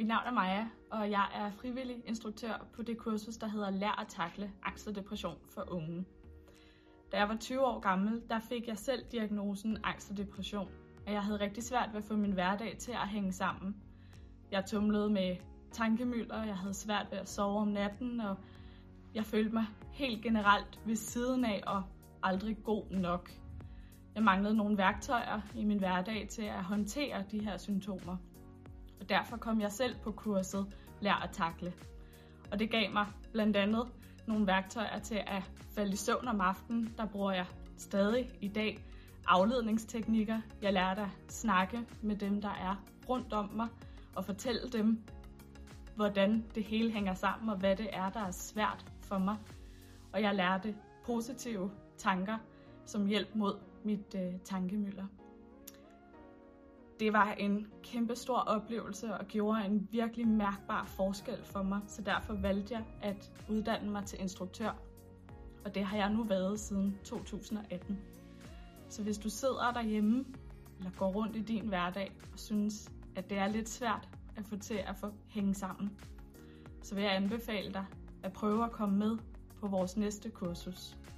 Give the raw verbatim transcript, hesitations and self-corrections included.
Mit navn er Maja, og jeg er frivillig instruktør på det kursus, der hedder Lær at takle angst og depression for unge. Da jeg var tyve år gammel, der fik jeg selv diagnosen angst og depression, og jeg havde rigtig svært ved at få min hverdag til at hænge sammen. Jeg tumlede med tankemylder, jeg havde svært ved at sove om natten, og jeg følte mig helt generelt ved siden af og aldrig god nok. Jeg manglede nogle værktøjer i min hverdag til at håndtere de her symptomer. Og derfor kom jeg selv på kurset Lær at takle. Og det gav mig blandt andet nogle værktøjer til at falde i søvn om aftenen. Der bruger jeg stadig i dag afledningsteknikker. Jeg lærte at snakke med dem, der er rundt om mig, og fortælle dem, hvordan det hele hænger sammen, og hvad det er, der er svært for mig. Og jeg lærte positive tanker som hjælp mod mit øh, tankemylder. Det var en kæmpe stor oplevelse og gjorde en virkelig mærkbar forskel for mig, så derfor valgte jeg at uddanne mig til instruktør. Og det har jeg nu været siden to tusind og atten. Så hvis du sidder derhjemme eller går rundt i din hverdag og synes, at det er lidt svært at få til at få hænge sammen, så vil jeg anbefale dig at prøve at komme med på vores næste kursus.